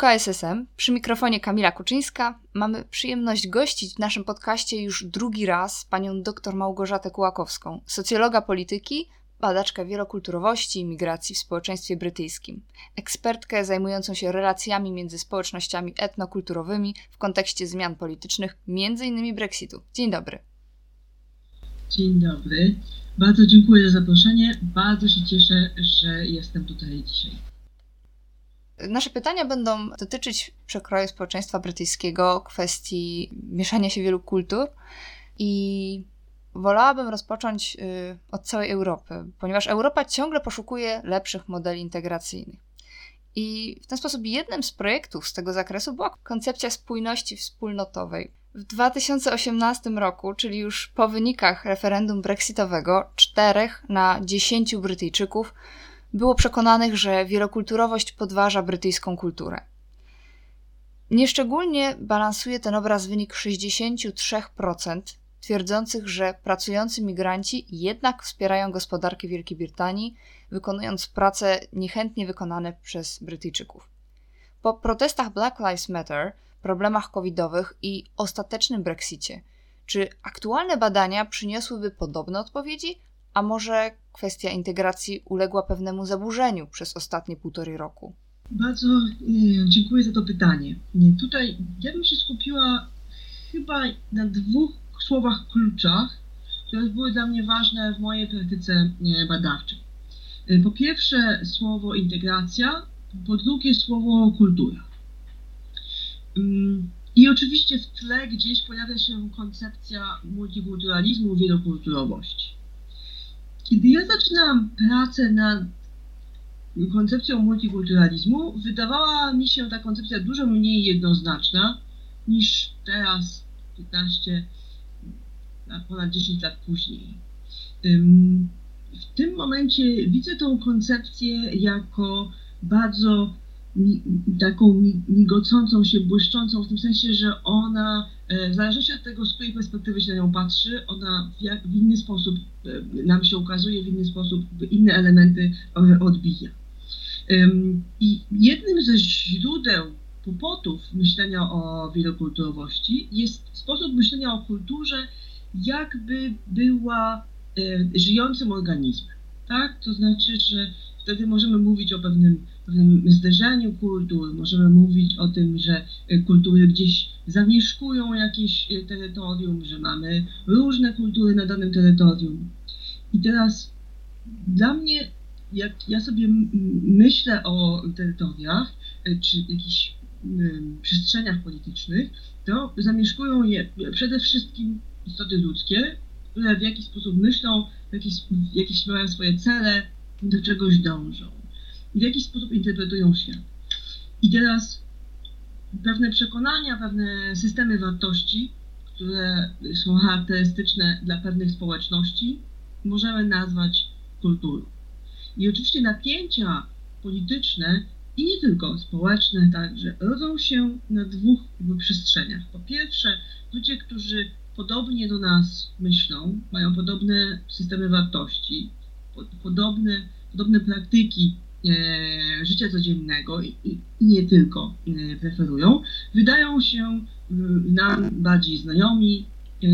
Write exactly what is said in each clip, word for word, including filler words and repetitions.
K S S M, przy mikrofonie Kamila Kuczyńska. Mamy przyjemność gościć w naszym podcaście już drugi raz panią dr Małgorzatę Kułakowską, socjologa polityki, badaczkę wielokulturowości i migracji w społeczeństwie brytyjskim, ekspertkę zajmującą się relacjami między społecznościami etnokulturowymi w kontekście zmian politycznych, między innymi Brexitu. Dzień dobry. Dzień dobry. Bardzo dziękuję za zaproszenie. Bardzo się cieszę, że jestem tutaj dzisiaj. Nasze pytania będą dotyczyć przekroju społeczeństwa brytyjskiego, kwestii mieszania się wielu kultur i wolałabym rozpocząć od całej Europy, ponieważ Europa ciągle poszukuje lepszych modeli integracyjnych. I w ten sposób jednym z projektów z tego zakresu była koncepcja spójności wspólnotowej. W dwa tysiące osiemnastym roku, czyli już po wynikach referendum brexitowego, czterech na dziesięciu Brytyjczyków było przekonanych, że wielokulturowość podważa brytyjską kulturę. Nieszczególnie balansuje ten obraz wynik sześćdziesiąt trzy procent twierdzących, że pracujący migranci jednak wspierają gospodarkę Wielkiej Brytanii, wykonując prace niechętnie wykonane przez Brytyjczyków. Po protestach Black Lives Matter, problemach covidowych i ostatecznym Brexicie, czy aktualne badania przyniosłyby podobne odpowiedzi, a może kwestia integracji uległa pewnemu zaburzeniu przez ostatnie półtorej roku? Bardzo e, dziękuję za to pytanie. Nie, tutaj ja bym się skupiła chyba na dwóch słowach kluczach, które były dla mnie ważne w mojej praktyce e, badawczej. E, po pierwsze słowo integracja, po drugie słowo kultura. Ym, I oczywiście w tle gdzieś pojawia się koncepcja multikulturalizmu, wielokulturowości. Kiedy ja zaczynałam pracę nad koncepcją multikulturalizmu, wydawała mi się ta koncepcja dużo mniej jednoznaczna niż teraz, piętnaście, ponad dziesięć lat później. W tym momencie widzę tą koncepcję jako bardzo mi, taką migocącą się, błyszczącą, w tym sensie, że ona, w zależności od tego, z której perspektywy się na nią patrzy, ona w, jak, w inny sposób nam się ukazuje, w inny sposób inne elementy odbija. I jednym ze źródeł kłopotów myślenia o wielokulturowości jest sposób myślenia o kulturze, jakby była żyjącym organizmem. Tak? To znaczy, że wtedy możemy mówić o pewnym, pewnym zderzeniu kultur, możemy mówić o tym, że kultury gdzieś zamieszkują jakieś terytorium, że mamy różne kultury na danym terytorium. I teraz dla mnie, jak ja sobie myślę o terytoriach czy jakichś przestrzeniach politycznych, to zamieszkują je przede wszystkim istoty ludzkie, które w jakiś sposób myślą, w jakiś, w jakiś mają swoje cele, do czegoś dążą. I w jakiś sposób interpretują świat. I teraz pewne przekonania, pewne systemy wartości, które są charakterystyczne dla pewnych społeczności, możemy nazwać kulturą. I oczywiście napięcia polityczne i nie tylko społeczne także rodzą się na dwóch przestrzeniach. Po pierwsze, ludzie, którzy podobnie do nas myślą, mają podobne systemy wartości, podobne, podobne praktyki e, życia codziennego i, i nie tylko e, preferują, wydają się e, nam bardziej znajomi,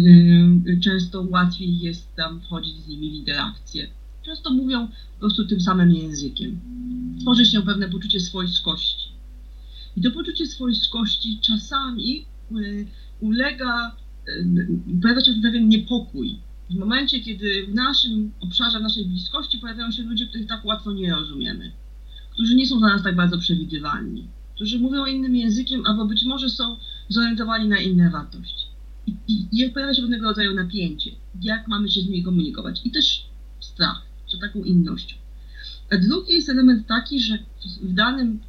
e, często łatwiej jest tam wchodzić z nimi w interakcję. Często mówią po prostu tym samym językiem. Tworzy się pewne poczucie swojskości. I to poczucie swojskości czasami e, ulega, e, pojawia się pewien niepokój. W momencie, kiedy w naszym obszarze, w naszej bliskości pojawiają się ludzie, których tak łatwo nie rozumiemy, którzy nie są dla nas tak bardzo przewidywalni, którzy mówią innym językiem, albo być może są zorientowani na inne wartości. I, i, i pojawia się pewnego rodzaju napięcie, jak mamy się z nimi komunikować. I też strach przed taką innością. A drugi jest element taki, że w danym,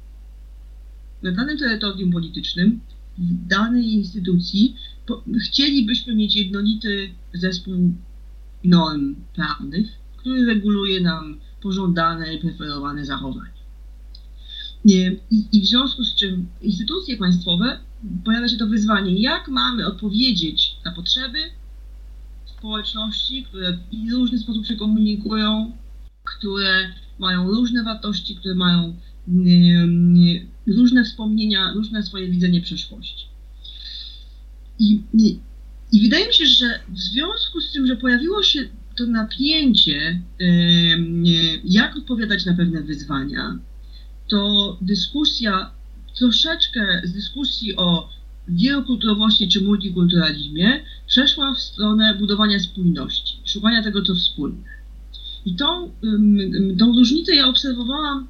na danym terytorium politycznym, w danej instytucji po, chcielibyśmy mieć jednolity zespół norm prawnych, który reguluje nam pożądane i preferowane zachowania. I, I w związku z czym instytucje państwowe pojawia się to wyzwanie, jak mamy odpowiedzieć na potrzeby społeczności, które w różny sposób się komunikują, które mają różne wartości, które mają różne wspomnienia, różne swoje widzenie przeszłości. I, i, I wydaje mi się, że w związku z tym, że pojawiło się to napięcie, jak odpowiadać na pewne wyzwania, to dyskusja troszeczkę z dyskusji o wielokulturowości czy multikulturalizmie przeszła w stronę budowania spójności, szukania tego, co wspólne. I tą, tą różnicę ja obserwowałam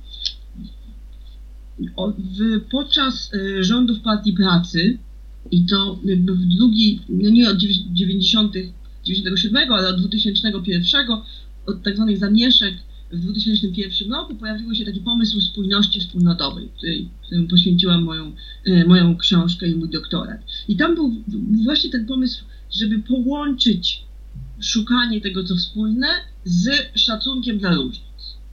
w, podczas rządów Partii Pracy i to w drugi, no nie od dziewięćdziesiątego siódmego, ale od dwutysięcznego pierwszego, od tak zwanych zamieszek w dwa tysiące pierwszym roku pojawił się taki pomysł spójności wspólnotowej, której, któremu poświęciłam moją, moją książkę i mój doktorat. I tam był właśnie ten pomysł, żeby połączyć szukanie tego, co wspólne, z szacunkiem dla różnic.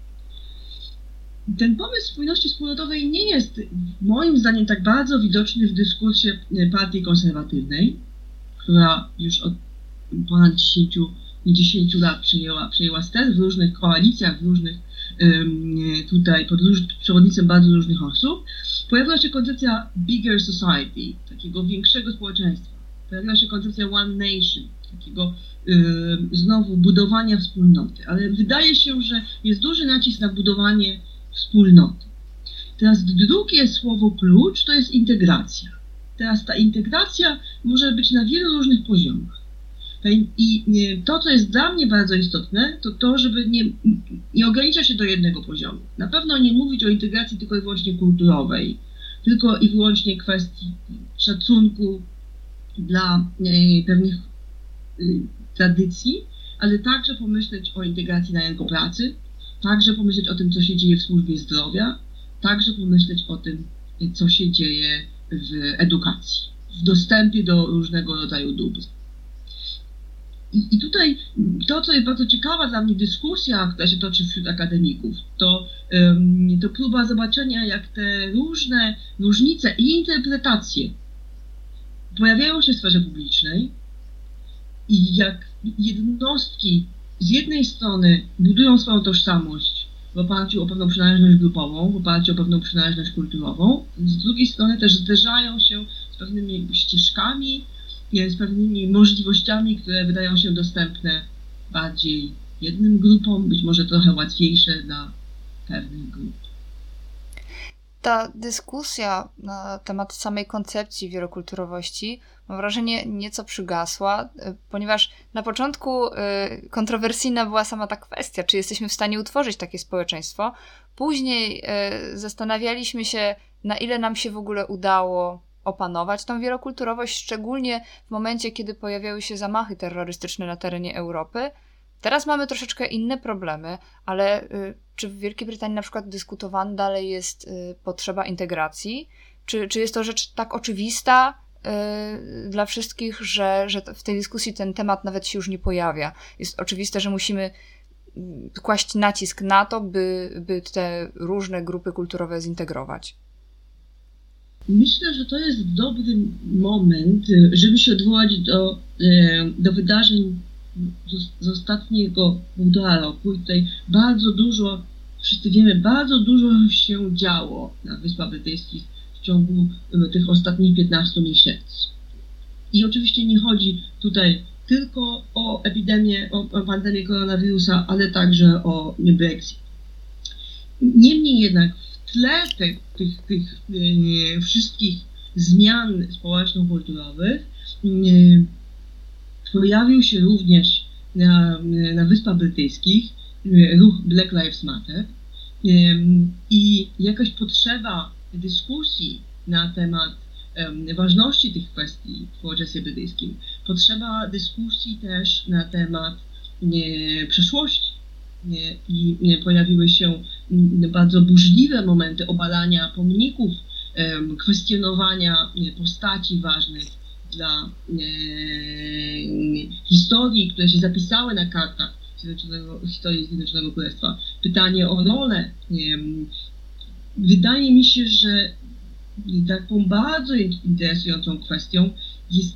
Ten pomysł spójności wspólnotowej nie jest moim zdaniem tak bardzo widoczny w dyskusji partii konserwatywnej, która już od ponad dziesięciu, dziesięciu lat przejęła, przejęła ster w różnych koalicjach, w różnych, tutaj pod róż, przewodnictwem bardzo różnych osób. Pojawiła się koncepcja bigger society, takiego większego społeczeństwa. Pojawiła się koncepcja one nation, takiego znowu budowania wspólnoty. Ale wydaje się, że jest duży nacisk na budowanie wspólnoty. Teraz drugie słowo klucz to jest integracja. Teraz ta integracja może być na wielu różnych poziomach. I to, co jest dla mnie bardzo istotne, to to, żeby nie, nie ograniczać się do jednego poziomu. Na pewno nie mówić o integracji tylko i wyłącznie kulturowej, tylko i wyłącznie kwestii szacunku dla pewnych tradycji, ale także pomyśleć o integracji na rynku pracy, także pomyśleć o tym, co się dzieje w służbie zdrowia, także pomyśleć o tym, co się dzieje w edukacji, w dostępie do różnego rodzaju dóbr. I, I tutaj to, co jest bardzo ciekawa dla mnie dyskusja, która się toczy wśród akademików, to, um, to próba zobaczenia, jak te różne różnice i interpretacje pojawiają się w sferze publicznej i jak jednostki z jednej strony budują swoją tożsamość w oparciu o pewną przynależność grupową, w oparciu o pewną przynależność kulturową, z drugiej strony też zderzają się z pewnymi jakby ścieżkami, z pewnymi możliwościami, które wydają się dostępne bardziej jednym grupom, być może trochę łatwiejsze dla pewnych grup. Ta dyskusja na temat samej koncepcji wielokulturowości, mam wrażenie, nieco przygasła, ponieważ na początku kontrowersyjna była sama ta kwestia, czy jesteśmy w stanie utworzyć takie społeczeństwo. Później zastanawialiśmy się, na ile nam się w ogóle udało opanować tą wielokulturowość, szczególnie w momencie, kiedy pojawiały się zamachy terrorystyczne na terenie Europy. Teraz mamy troszeczkę inne problemy, ale y, czy w Wielkiej Brytanii na przykład dyskutowano dalej jest y, potrzeba integracji? Czy, czy jest to rzecz tak oczywista y, dla wszystkich, że, że w tej dyskusji ten temat nawet się już nie pojawia? Jest oczywiste, że musimy kłaść nacisk na to, by, by te różne grupy kulturowe zintegrować. Myślę, że to jest dobry moment, żeby się odwołać do, do wydarzeń z ostatniego półtora roku. I tutaj bardzo dużo, wszyscy wiemy, bardzo dużo się działo na Wyspach Brytyjskich w ciągu tych ostatnich piętnastu miesięcy. I oczywiście nie chodzi tutaj tylko o epidemię, o, o pandemię koronawirusa, ale także o Brexit. Niemniej jednak w tle tych, tych, tych e, wszystkich zmian społeczno-kulturowych e, pojawił się również na, na Wyspach Brytyjskich e, ruch Black Lives Matter e, i jakaś potrzeba dyskusji na temat e, ważności tych kwestii w społeczeństwie brytyjskim, potrzeba dyskusji też na temat e, przeszłości. I pojawiły się bardzo burzliwe momenty obalania pomników, kwestionowania postaci ważnych dla historii, które się zapisały na kartach historii Zjednoczonego Królestwa. Pytanie o rolę. Wydaje mi się, że taką bardzo interesującą kwestią jest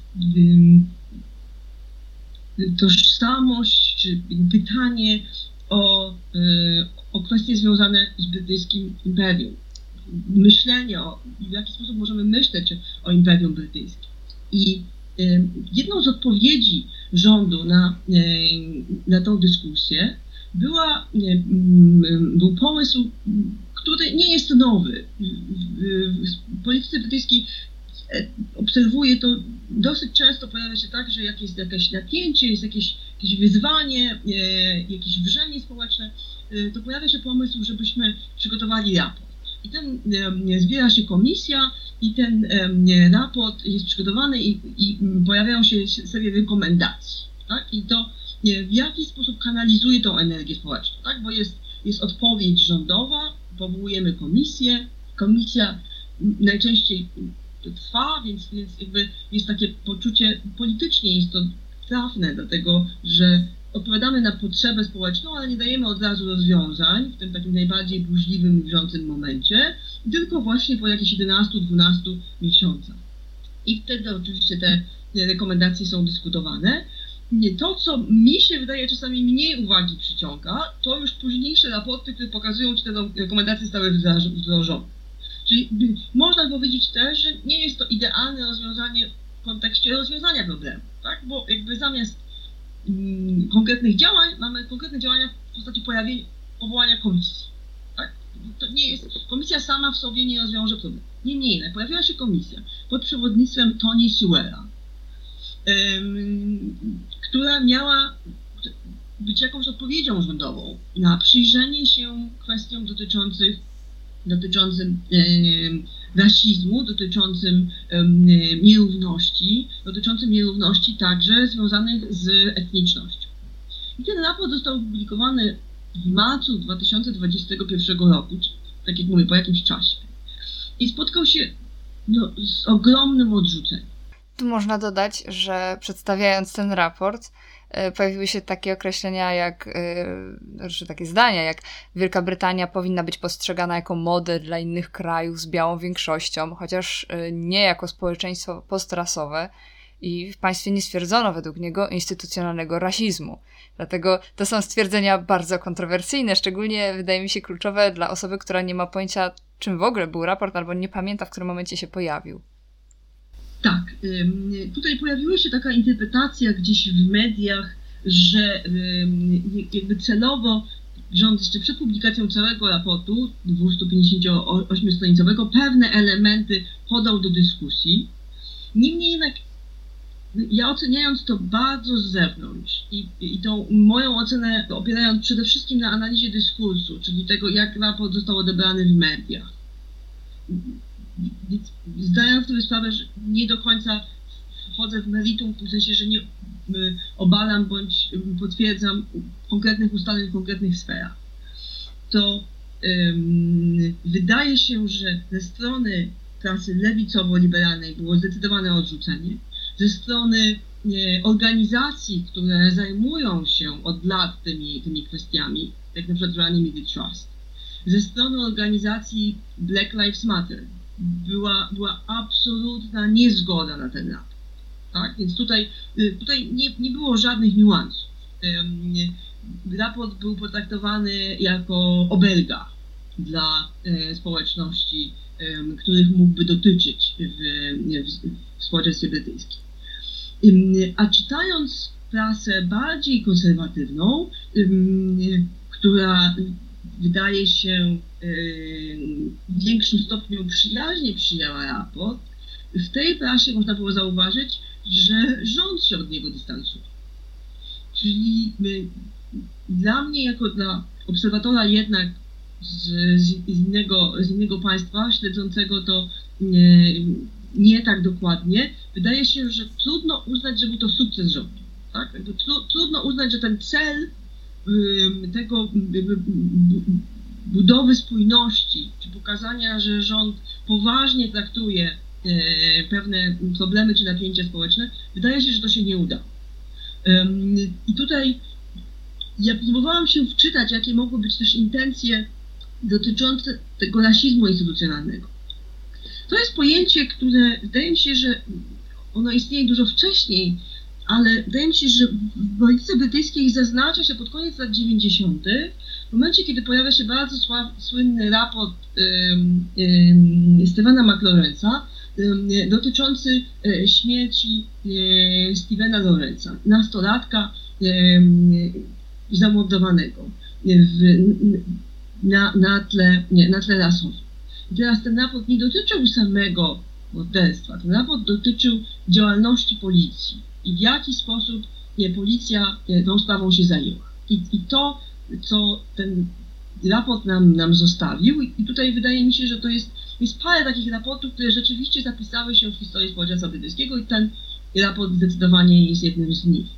tożsamość, czy pytanie o, o kwestie związane z brytyjskim imperium. myślenie, o, w jaki sposób możemy myśleć o Imperium Brytyjskim. I jedną z odpowiedzi rządu na, na tą dyskusję była, był pomysł, który nie jest nowy. W polityce brytyjskiej obserwuję to dosyć często, pojawia się tak, że jak jest jakieś napięcie, jest jakieś, jakieś wyzwanie, jakieś wrzenie społeczne, to pojawia się pomysł, żebyśmy przygotowali raport. I ten zbiera się komisja i ten raport jest przygotowany i, i pojawiają się serie rekomendacji. Tak? I to w jaki sposób kanalizuje tą energię społeczną, tak? Bo jest, jest odpowiedź rządowa, powołujemy komisję, komisja najczęściej trwa, więc, więc jakby jest takie poczucie, politycznie jest to trafne, dlatego że odpowiadamy na potrzebę społeczną, ale nie dajemy od razu rozwiązań w tym takim najbardziej burzliwym, wrzącym momencie, tylko właśnie po jakichś jedenastu dwunastu miesiącach. I wtedy oczywiście te rekomendacje są dyskutowane. To, co mi się wydaje czasami mniej uwagi przyciąga, to już późniejsze raporty, które pokazują, czy te rekomendacje zostały wdrożone. Czyli można powiedzieć też, że nie jest to idealne rozwiązanie w kontekście rozwiązania problemu, tak? Bo jakby zamiast mm, konkretnych działań mamy konkretne działania w postaci pojawienia, powołania komisji. Tak? To nie jest, komisja sama w sobie nie rozwiąże problemu. Niemniej jednak pojawiła się komisja pod przewodnictwem Tony Sewella, ym, która miała być jakąś odpowiedzią rządową na przyjrzenie się kwestiom dotyczących dotyczącym e, rasizmu, dotyczącym e, nierówności, dotyczącym nierówności także związanych z etnicznością. I ten raport został opublikowany w marcu dwa tysiące dwudziestego pierwszego roku, tak jak mówię, po jakimś czasie. I spotkał się no, z ogromnym odrzuceniem. Tu można dodać, że przedstawiając ten raport, pojawiły się takie określenia jak, znaczy takie zdania jak Wielka Brytania powinna być postrzegana jako model dla innych krajów z białą większością, chociaż nie jako społeczeństwo postrasowe i w państwie nie stwierdzono według niego instytucjonalnego rasizmu. Dlatego to są stwierdzenia bardzo kontrowersyjne, szczególnie wydaje mi się kluczowe dla osoby, która nie ma pojęcia, czym w ogóle był raport albo nie pamięta, w którym momencie się pojawił. Tak, tutaj pojawiła się taka interpretacja gdzieś w mediach, że jakby celowo rząd jeszcze przed publikacją całego raportu dwieście pięćdziesiąt osiem stronicowego pewne elementy podał do dyskusji. Niemniej jednak ja oceniając to bardzo z zewnątrz i, i tą moją ocenę opierając przede wszystkim na analizie dyskursu, czyli tego, jak raport został odebrany w mediach. Zdając sobie sprawę, że nie do końca wchodzę w meritum, w tym sensie, że nie obalam bądź potwierdzam konkretnych ustaleń w konkretnych sferach, to um, wydaje się, że ze strony klasy lewicowo-liberalnej było zdecydowane odrzucenie, ze strony nie, organizacji, które zajmują się od lat tymi, tymi kwestiami, jak na przykład Runnymede Trust, ze strony organizacji Black Lives Matter, była, była absolutna niezgoda na ten raport. Tak? Więc tutaj, tutaj nie, nie było żadnych niuansów. Raport był potraktowany jako obelga dla społeczności, których mógłby dotyczyć w, w społeczeństwie brytyjskim. A czytając prasę bardziej konserwatywną, która wydaje się w większym stopniu przyjaźnie przyjęła raport, w tej prasie można było zauważyć, że rząd się od niego dystansuje. Czyli dla mnie, jako dla obserwatora jednak z, z, innego, z innego państwa, śledzącego to nie, nie tak dokładnie, wydaje się, że trudno uznać, że był to sukces rządu. Tak? Trudno uznać, że ten cel tego budowy spójności, czy pokazania, że rząd poważnie traktuje pewne problemy czy napięcia społeczne, wydaje się, że to się nie uda. I tutaj ja próbowałam się wczytać, jakie mogły być też intencje dotyczące tego rasizmu instytucjonalnego. To jest pojęcie, które wydaje mi się, że ono istnieje dużo wcześniej, ale wydaje mi się, że w polityce brytyjskiej zaznacza się pod koniec lat dziewięćdziesiątych, w momencie, kiedy pojawia się bardzo sław, słynny raport um, um, Stephena McLaurence'a um, dotyczący um, śmierci um, Stephena Lawrence'a, nastolatka um, zamordowanego w, na, na, tle, nie, na tle rasowym. I teraz ten raport nie dotyczył samego morderstwa, ten raport dotyczył działalności policji i w jaki sposób nie, policja nie, tą sprawą się zajęła. I, i to, co ten raport nam, nam zostawił, i tutaj wydaje mi się, że to jest, jest parę takich raportów, które rzeczywiście zapisały się w historii społeczeństwa brytyjskiego i ten raport zdecydowanie jest jednym z nich.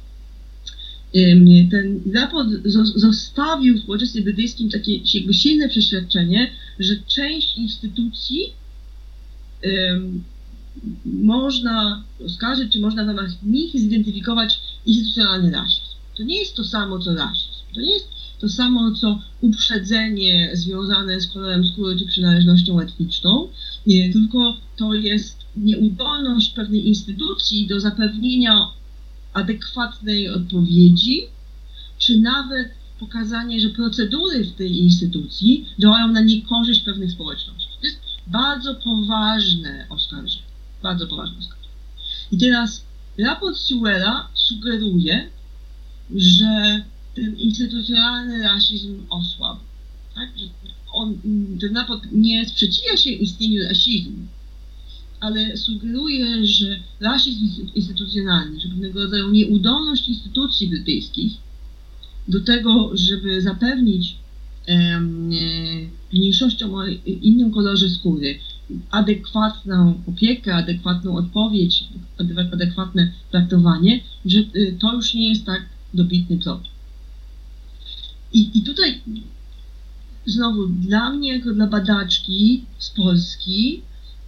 Ten raport zostawił w społeczeństwie brytyjskim takie jakby silne przeświadczenie, że część instytucji um, można oskarżyć, czy można w ramach nich zidentyfikować instytucjonalny rasizm. To nie jest to samo, co rasizm. To nie jest to samo, co uprzedzenie związane z kolorem skóry czy przynależnością etniczną, nie, tylko to jest nieudolność pewnej instytucji do zapewnienia adekwatnej odpowiedzi, czy nawet pokazanie, że procedury w tej instytucji działają na niekorzyść pewnych społeczności. To jest bardzo poważne oskarżenie. Bardzo poważne oskarżenie. I teraz raport Sewella sugeruje, że ten instytucjonalny rasizm osłabł. Tak? Że on, ten raport nie sprzeciwia się istnieniu rasizmu, ale sugeruje, że rasizm instytucjonalny, że pewnego rodzaju nieudolność instytucji brytyjskich do tego, żeby zapewnić um, mniejszościom o innym kolorze skóry adekwatną opiekę, adekwatną odpowiedź, adekwatne traktowanie, że to już nie jest tak dobitny problem. I, i tutaj znowu dla mnie, jako dla badaczki z Polski,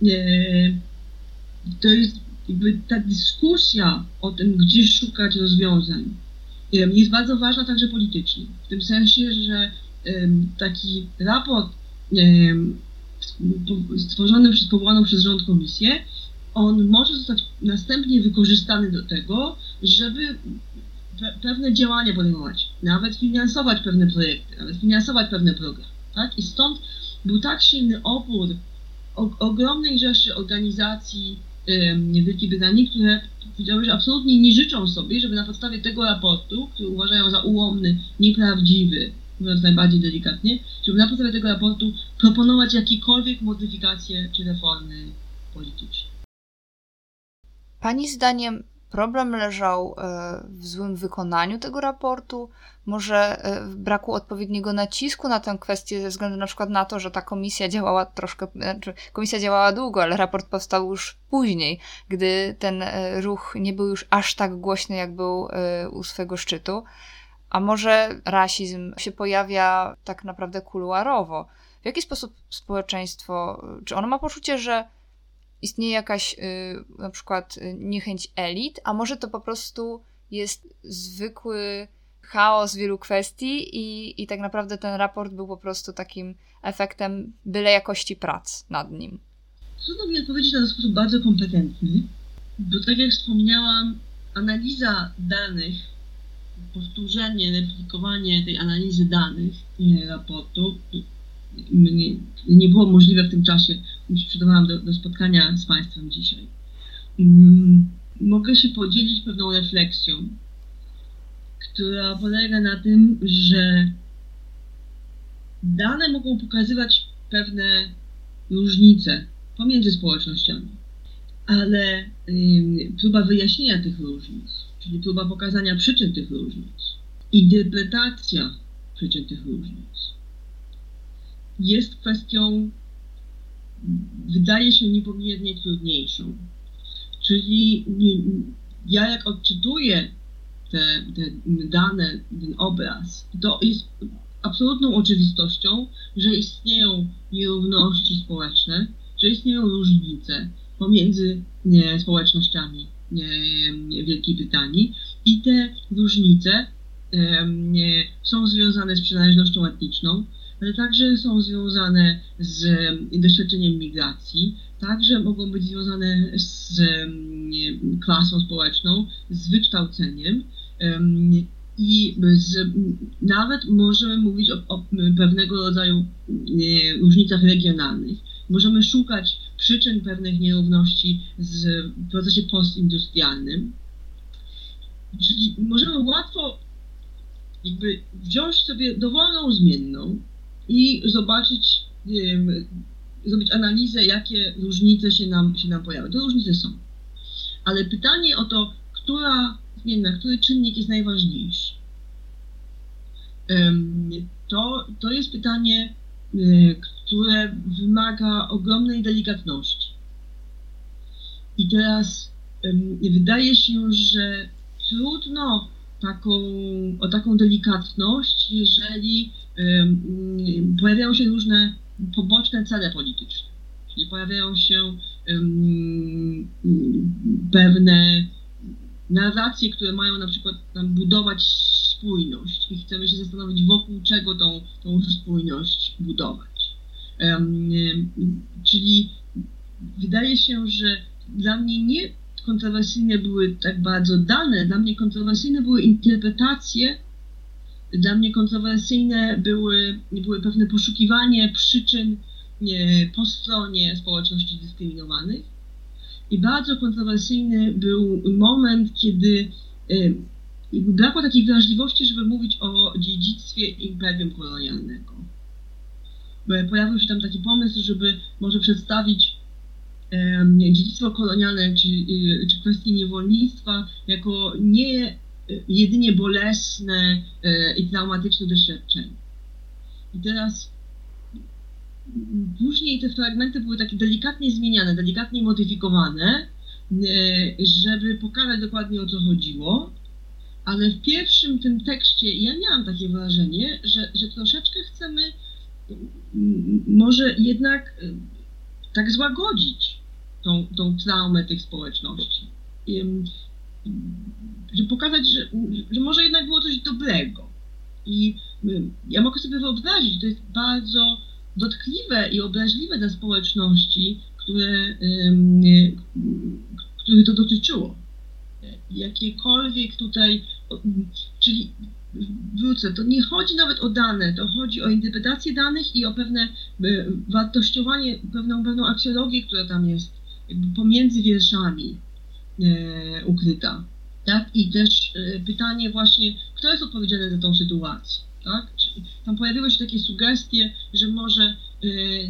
to jest jakby ta dyskusja o tym, gdzie szukać rozwiązań, jest bardzo ważna także politycznie. W tym sensie, że taki raport stworzony przez powołaną przez rząd komisję, on może zostać następnie wykorzystany do tego, żeby pe- pewne działania podejmować, nawet finansować pewne projekty, nawet finansować pewne programy. Tak? I stąd był tak silny opór o- ogromnej rzeszy organizacji w Wielkiej Brytanii, które powiedziały, że absolutnie nie życzą sobie, żeby na podstawie tego raportu, który uważają za ułomny, nieprawdziwy, mówiąc najbardziej delikatnie, żeby na podstawie tego raportu proponować jakiekolwiek modyfikacje czy reformy polityczne. Pani zdaniem problem leżał w złym wykonaniu tego raportu, może w braku odpowiedniego nacisku na tę kwestię ze względu na przykład na to, że ta komisja działała troszkę, znaczy komisja działała długo, ale raport powstał już później, gdy ten ruch nie był już aż tak głośny, jak był u swego szczytu. A może rasizm się pojawia tak naprawdę kuluarowo? W jaki sposób społeczeństwo, czy ono ma poczucie, że istnieje jakaś y, na przykład niechęć elit, a może to po prostu jest zwykły chaos wielu kwestii i, i tak naprawdę ten raport był po prostu takim efektem byle jakości prac nad nim? Trudno mi odpowiedzieć na to w sposób bardzo kompetentny, bo tak jak wspomniałam, analiza danych, powtórzenie, replikowanie tej analizy danych nie, raportu nie, nie było możliwe w tym czasie, gdy przygotowałam do, do spotkania z Państwem dzisiaj. Hmm, mogę się podzielić pewną refleksją, która polega na tym, że dane mogą pokazywać pewne różnice pomiędzy społecznościami, ale y, próba wyjaśnienia tych różnic, czyli próba pokazania przyczyn tych różnic, interpretacja przyczyn tych różnic jest kwestią, wydaje się, niepomiernie trudniejszą. Czyli ja jak odczytuję te, te dane, ten obraz, to jest absolutną oczywistością, że istnieją nierówności społeczne, że istnieją różnice pomiędzy nie, społecznościami nie, Wielkiej Brytanii i te różnice nie, są związane z przynależnością etniczną, ale także są związane z doświadczeniem migracji, także mogą być związane z klasą społeczną, z wykształceniem i z, nawet możemy mówić o, o pewnego rodzaju różnicach regionalnych. Możemy szukać przyczyn pewnych nierówności w procesie postindustrialnym. Czyli możemy łatwo jakby wziąć sobie dowolną zmienną i zobaczyć, wiem, zrobić analizę, jakie różnice się nam, się nam pojawią. Te różnice są. Ale pytanie o to, która zmienna, który czynnik jest najważniejszy, to, to jest pytanie, które wymaga ogromnej delikatności. I teraz wydaje się, że trudno taką, o taką delikatność, jeżeli um, pojawiają się różne poboczne cele polityczne. Czyli pojawiają się um, pewne narracje, które mają na przykład nam budować spójność i chcemy się zastanowić, wokół czego tą, tą spójność budować. Um, czyli wydaje się, że dla mnie nie kontrowersyjne były tak bardzo dane, dla mnie kontrowersyjne były interpretacje, dla mnie kontrowersyjne były, były pewne poszukiwanie przyczyn nie, po stronie społeczności dyskryminowanych i bardzo kontrowersyjny był moment, kiedy y, brakło takiej wrażliwości, żeby mówić o dziedzictwie imperium kolonialnego. Pojawił się tam taki pomysł, żeby może przedstawić dziedzictwo kolonialne czy, czy kwestie niewolnictwa jako nie jedynie bolesne i traumatyczne doświadczenie. I teraz później te fragmenty były takie delikatnie zmieniane, delikatnie modyfikowane, żeby pokazać dokładnie, o co chodziło, ale w pierwszym tym tekście ja miałam takie wrażenie, że, że troszeczkę chcemy może jednak tak złagodzić tą, tą traumę tych społeczności. I, żeby pokazać, że, że może jednak było coś dobrego. I ja mogę sobie wyobrazić, to jest bardzo dotkliwe i obraźliwe dla społeczności, które, których to dotyczyło. Jakiekolwiek tutaj, czyli wrócę, to nie chodzi nawet o dane, to chodzi o interpretację danych i o pewne wartościowanie, pewną, pewną aksjologię, która tam jest jakby pomiędzy wierszami e, ukryta. Tak? I też e, pytanie właśnie, kto jest odpowiedzialny za tą sytuację. Tak? Tam pojawiły się takie sugestie, że może, e,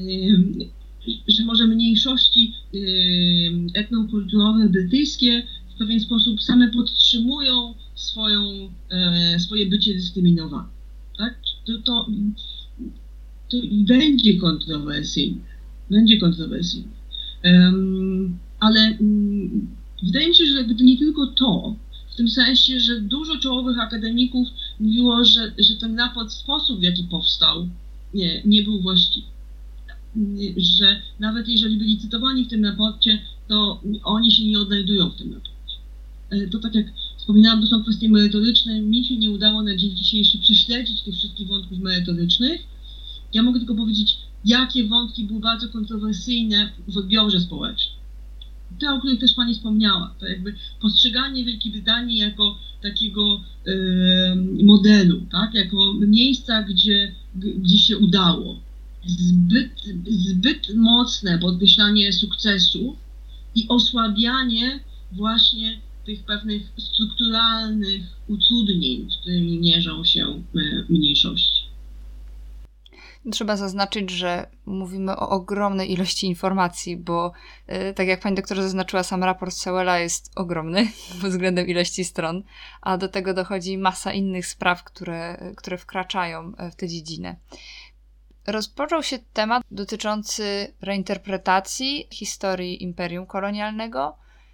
e, że może mniejszości e, etnokulturowe brytyjskie w pewien sposób same podtrzymują swoją, e, swoje bycie dyskryminowane. Tak? To, to, to będzie kontrowersyjne. Będzie kontrowersyjne. Um, ale um, wydaje mi się, że jakby to nie tylko to, w tym sensie, że dużo czołowych akademików mówiło, że, że ten raport, sposób w jaki powstał, nie, nie był właściwy. Że nawet jeżeli byli cytowani w tym raporcie, to oni się nie odnajdują w tym raporcie. To tak jak wspominałam, to są kwestie merytoryczne, mi się nie udało na dzień dzisiejszy prześledzić tych wszystkich wątków merytorycznych. Ja mogę tylko powiedzieć, jakie wątki były bardzo kontrowersyjne w odbiorze społecznym. Te, o których też Pani wspomniała, to jakby postrzeganie Wielkiej Brytanii jako takiego e, modelu, tak? Jako miejsca, gdzie, gdzie się udało. Zbyt, zbyt mocne podkreślanie sukcesu i osłabianie właśnie tych pewnych strukturalnych utrudnień, z którymi mierzą się mniejszości. Trzeba zaznaczyć, że mówimy o ogromnej ilości informacji, bo yy, tak jak pani doktor zaznaczyła, sam raport Sewella jest ogromny pod względem ilości stron, a do tego dochodzi masa innych spraw, które, które wkraczają w tę dziedzinę. Rozpoczął się temat dotyczący reinterpretacji historii imperium kolonialnego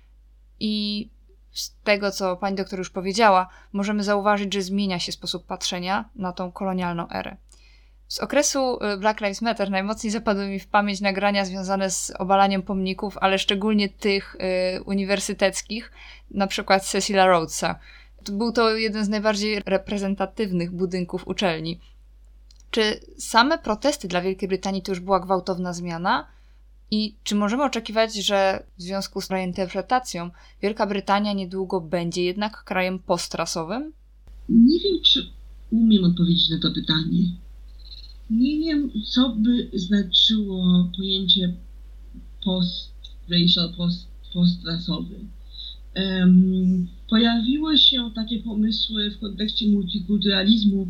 i z tego, co pani doktor już powiedziała, możemy zauważyć, że zmienia się sposób patrzenia na tą kolonialną erę. Z okresu Black Lives Matter najmocniej zapadły mi w pamięć nagrania związane z obalaniem pomników, ale szczególnie tych y, uniwersyteckich, na przykład Cecila Rhodesa. Był to jeden z najbardziej reprezentatywnych budynków uczelni. Czy same protesty dla Wielkiej Brytanii to już była gwałtowna zmiana? I czy możemy oczekiwać, że w związku z reinterpretacją Wielka Brytania niedługo będzie jednak krajem postrasowym? Nie wiem, czy umiem odpowiedzieć na to pytanie. Nie wiem, co by znaczyło pojęcie post-racial, post, postrasowy. Um, pojawiły się takie pomysły w kontekście multikulturalizmu,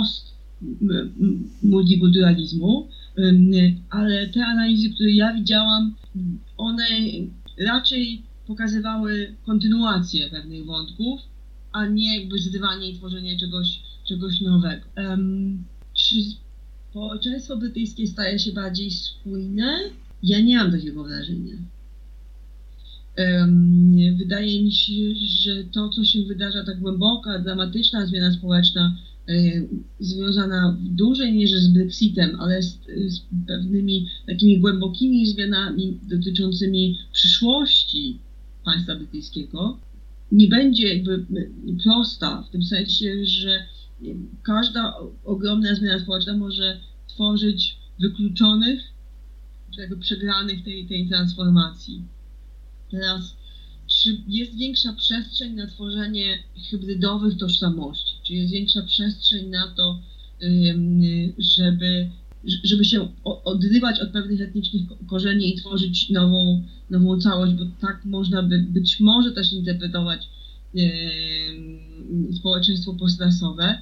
post-multikulturalizmu, um, ale te analizy, które ja widziałam, one raczej pokazywały kontynuację pewnych wątków, a nie jakby zrywanie i tworzenie czegoś, czegoś nowego. Um, czy społeczeństwo brytyjskie staje się bardziej spójne? Ja nie mam takiego wrażenia. Um, wydaje mi się, że to, co się wydarza, ta głęboka, dramatyczna zmiana społeczna, y, związana w dużej mierze z Brexitem, ale z, z pewnymi takimi głębokimi zmianami dotyczącymi przyszłości państwa brytyjskiego, nie będzie jakby prosta, w tym sensie, że każda ogromna zmiana społeczna może tworzyć wykluczonych, czy jakby przegranych tej, tej transformacji. Teraz, czy jest większa przestrzeń na tworzenie hybrydowych tożsamości? Czy jest większa przestrzeń na to, żeby, żeby się odrywać od pewnych etnicznych korzeni i tworzyć nową, nową całość? Bo tak można by być może też interpretować społeczeństwo postrasowe.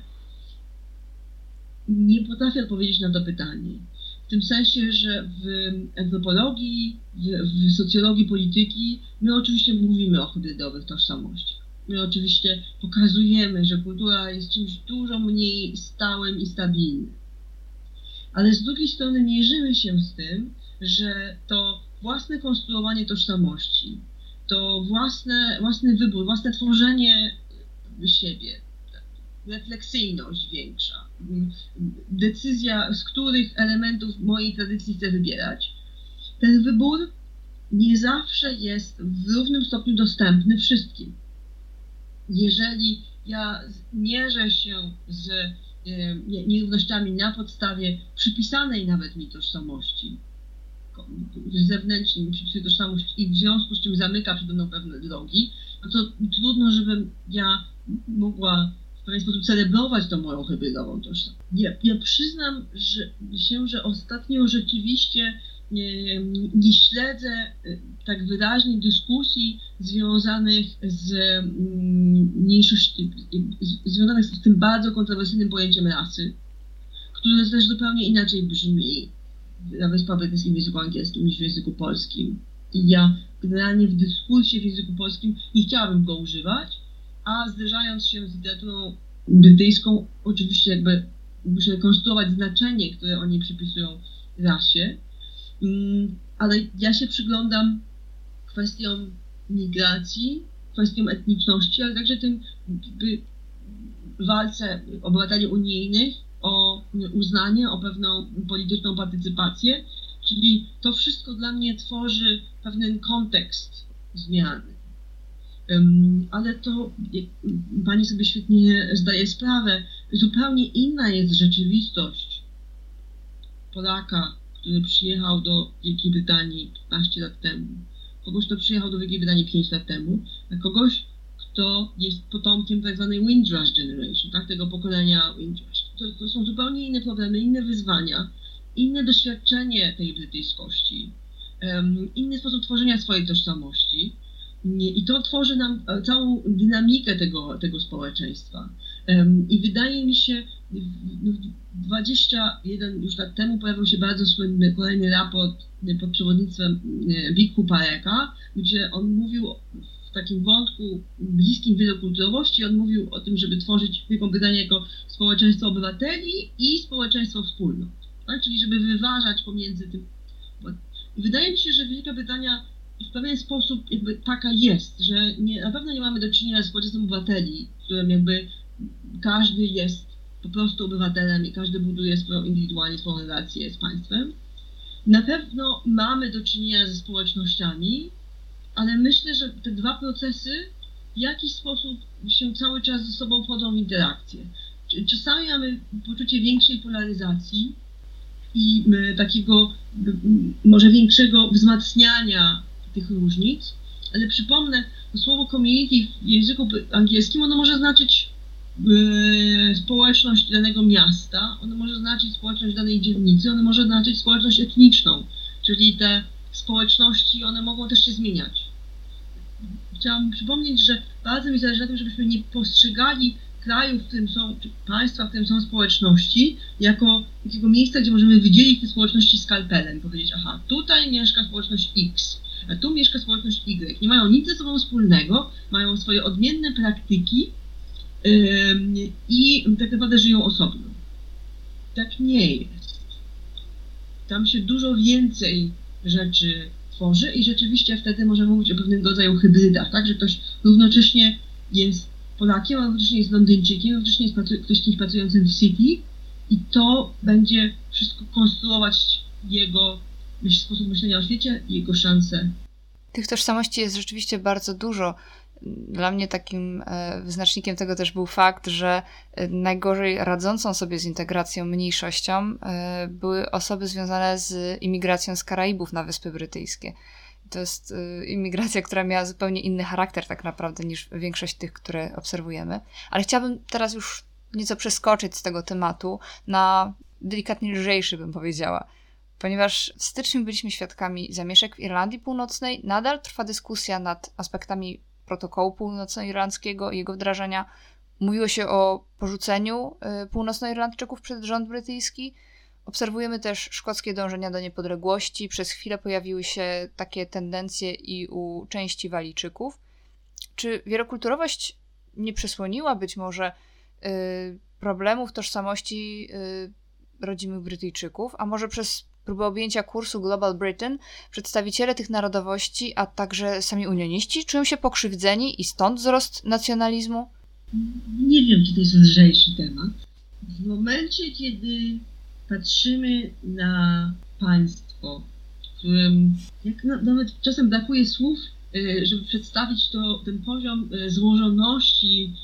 Nie potrafię odpowiedzieć na to pytanie. W tym sensie, że w antropologii, w, w socjologii polityki my oczywiście mówimy o hybrydowych tożsamościach. My oczywiście pokazujemy, że kultura jest czymś dużo mniej stałym i stabilnym. Ale z drugiej strony mierzymy się z tym, że to własne konstruowanie tożsamości, to własne, własny wybór, własne tworzenie siebie, refleksyjność większa, decyzja, z których elementów mojej tradycji chcę wybierać. Ten wybór nie zawsze jest w równym stopniu dostępny wszystkim. Jeżeli ja mierzę się z nierównościami na podstawie przypisanej nawet mi tożsamości, zewnętrznej mi przypisuje tożsamość i w związku z czym zamyka przede mną pewne drogi, no to trudno, żebym ja mogła w pewien sposób celebrować tą moją hybrydową tożsamość. Ja, ja przyznam że, się, że ostatnio rzeczywiście nie, nie śledzę tak wyraźnych dyskusji związanych z mniejszości, związanych z tym bardzo kontrowersyjnym pojęciem rasy, które też zupełnie inaczej brzmi na Wyspach Brytyjskich w języku angielskim niż w języku polskim. I ja generalnie w dyskursie w języku polskim nie chciałabym go używać, a zderzając się z literaturą brytyjską, oczywiście jakby muszę konstruować znaczenie, które oni przypisują rasie, ale ja się przyglądam kwestiom migracji, kwestiom etniczności, ale także tym walce obywateli unijnych o uznanie, o pewną polityczną partycypację, czyli to wszystko dla mnie tworzy pewien kontekst zmiany. Um, ale to, jak pani sobie świetnie zdaje sprawę, zupełnie inna jest rzeczywistość Polaka, który przyjechał do Wielkiej Brytanii piętnaście lat temu, kogoś, kto przyjechał do Wielkiej Brytanii pięć lat temu, a kogoś, kto jest potomkiem tak zwanej Windrush Generation, tak, tego pokolenia Windrush. To, to są zupełnie inne problemy, inne wyzwania, inne doświadczenie tej brytyjskości, um, inny sposób tworzenia swojej tożsamości. I to tworzy nam całą dynamikę tego, tego społeczeństwa. I wydaje mi się, dwadzieścia jeden już lat temu pojawił się bardzo słynny kolejny raport pod przewodnictwem Vic Kupareka, gdzie on mówił w takim wątku bliskim wielokulturowości, on mówił o tym, żeby tworzyć Wielką Brytanię jako społeczeństwo obywateli i społeczeństwo wspólnot. Tak? Czyli żeby wyważać pomiędzy tym. I wydaje mi się, że Wielka Brytania w pewien sposób jakby taka jest, że nie, na pewno nie mamy do czynienia z społeczeństwem obywateli, w którym jakby każdy jest po prostu obywatelem i każdy buduje swoją indywidualnie swoją relację z państwem. Na pewno mamy do czynienia ze społecznościami, ale myślę, że te dwa procesy w jakiś sposób się cały czas ze sobą wchodzą w interakcję. Czasami mamy poczucie większej polaryzacji, i takiego może większego wzmacniania tych różnic, ale przypomnę, to słowo community w języku angielskim ono może znaczyć yy, społeczność danego miasta, ono może znaczyć społeczność danej dzielnicy, ono może znaczyć społeczność etniczną, czyli te społeczności, one mogą też się zmieniać. Chciałam przypomnieć, że bardzo mi zależy na tym, żebyśmy nie postrzegali kraju, w którym są, czy państwa, w którym są społeczności, jako takiego miejsca, gdzie możemy wydzielić te społeczności skalpelem, powiedzieć, aha, tutaj mieszka społeczność X, a tu mieszka społeczność Y. Nie mają nic ze sobą wspólnego, mają swoje odmienne praktyki yy, i tak naprawdę żyją osobno. Tak nie jest. Tam się dużo więcej rzeczy tworzy i rzeczywiście wtedy możemy mówić o pewnego rodzaju hybrydach, tak, że ktoś równocześnie jest Polakiem, a równocześnie jest Londyńczykiem, równocześnie jest pracu- ktoś kimś pracującym w City i to będzie wszystko konstruować jego sposób myślenia o świecie i jego szanse. Tych tożsamości jest rzeczywiście bardzo dużo. Dla mnie takim wyznacznikiem tego też był fakt, że najgorzej radzącą sobie z integracją mniejszością były osoby związane z imigracją z Karaibów na Wyspy Brytyjskie. To jest imigracja, która miała zupełnie inny charakter tak naprawdę niż większość tych, które obserwujemy. Ale chciałabym teraz już nieco przeskoczyć z tego tematu na delikatnie lżejszy, bym powiedziała. Ponieważ w styczniu byliśmy świadkami zamieszek w Irlandii Północnej, nadal trwa dyskusja nad aspektami protokołu północnoirlandzkiego i jego wdrażania. Mówiło się o porzuceniu północnoirlandczyków przez rząd brytyjski. Obserwujemy też szkockie dążenia do niepodległości. Przez chwilę pojawiły się takie tendencje i u części Walijczyków. Czy wielokulturowość nie przysłoniła być może y, problemów tożsamości y, rodzimych Brytyjczyków, a może przez próbę objęcia kursu Global Britain przedstawiciele tych narodowości, a także sami unioniści czują się pokrzywdzeni i stąd wzrost nacjonalizmu? Nie wiem, czy to jest lżejszy temat. W momencie, kiedy patrzymy na państwo, w którym jak na, nawet czasem brakuje słów, żeby przedstawić to, ten poziom złożoności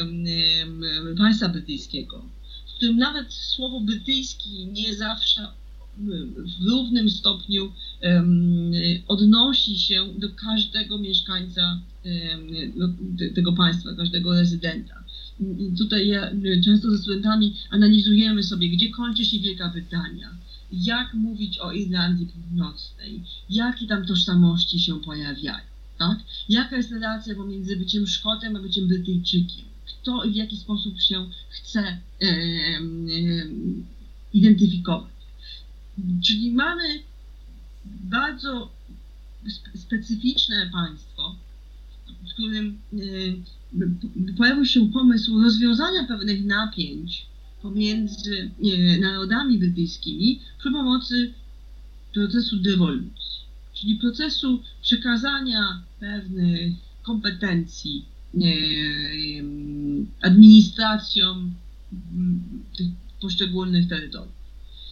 państwa brytyjskiego, w którym nawet słowo brytyjski nie zawsze w równym stopniu um, odnosi się do każdego mieszkańca um, tego państwa, każdego rezydenta. I tutaj ja często ze studentami analizujemy sobie, gdzie kończy się Wielka Brytania, jak mówić o Irlandii Północnej, jakie tam tożsamości się pojawiają, tak? Jaka jest relacja pomiędzy byciem Szkotem a byciem Brytyjczykiem, kto i w jaki sposób się chce um, um, identyfikować. Czyli mamy bardzo specyficzne państwo, w którym pojawił się pomysł rozwiązania pewnych napięć pomiędzy narodami brytyjskimi przy pomocy procesu dewolucji, czyli procesu przekazania pewnych kompetencji administracjom tych poszczególnych terytoriów.